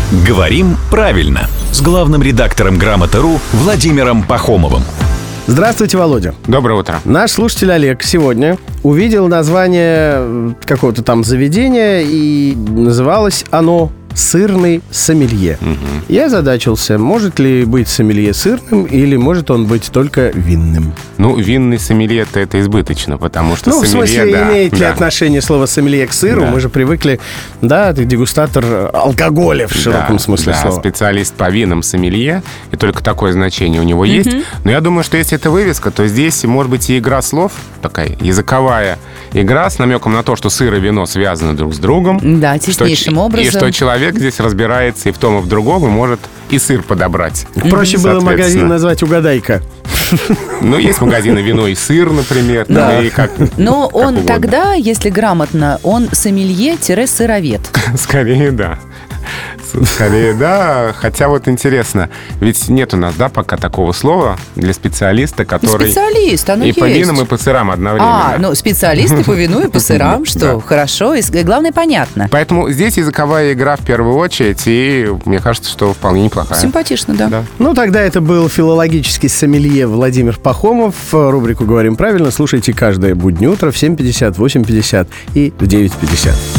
Говорим правильно с главным редактором Грамоты.ру Владимиром Пахомовым. Здравствуйте, Володя. Доброе утро. Наш слушатель Олег сегодня увидел название какого-то там заведения, и называлось оно «Сырный сомелье». Я озадачился, может ли быть сомелье сырным, или может он быть только винным. Ну, винный сомелье это избыточно, потому что Ну, в сомелье, смысле, да, имеет ли да. отношение слово «сомелье» к сыру? Да. Мы же привыкли, да, ты дегустатор алкоголя в широком смысле да, слова. специалист по винам сомелье, и только такое значение у него есть. Но я думаю, что если это вывеска, то здесь может быть и игра слов, такая языковая игра с намеком на то, что сыр и вино связаны друг с другом. Да, теснейшим И образом. что человек здесь разбирается и в том, и в другом, и может и сыр подобрать. Проще было магазин Соответственно. назвать «Угадайка». Ну, есть магазины «Вино и сыр», например. Да. Ну, и как, Но как он угодно. тогда, если грамотно, он сомелье-сыровед. Скорее, да. Скорее, да. Хотя вот интересно, ведь нет у нас, да, пока такого слова для специалиста, который... Специалист, оно и есть. по винам, и по сырам одновременно. Ну, специалисты по вину и по сырам, что Да. хорошо, и главное, понятно. Поэтому здесь языковая игра в первую очередь, и мне кажется, что вполне неплохая. Симпатично, да. Да. Ну, тогда это был филологический сомелье Владимир Пахомов. Рубрику «Говорим правильно» слушайте каждое буднее утро в 7:50, 8:50 и в 9:50.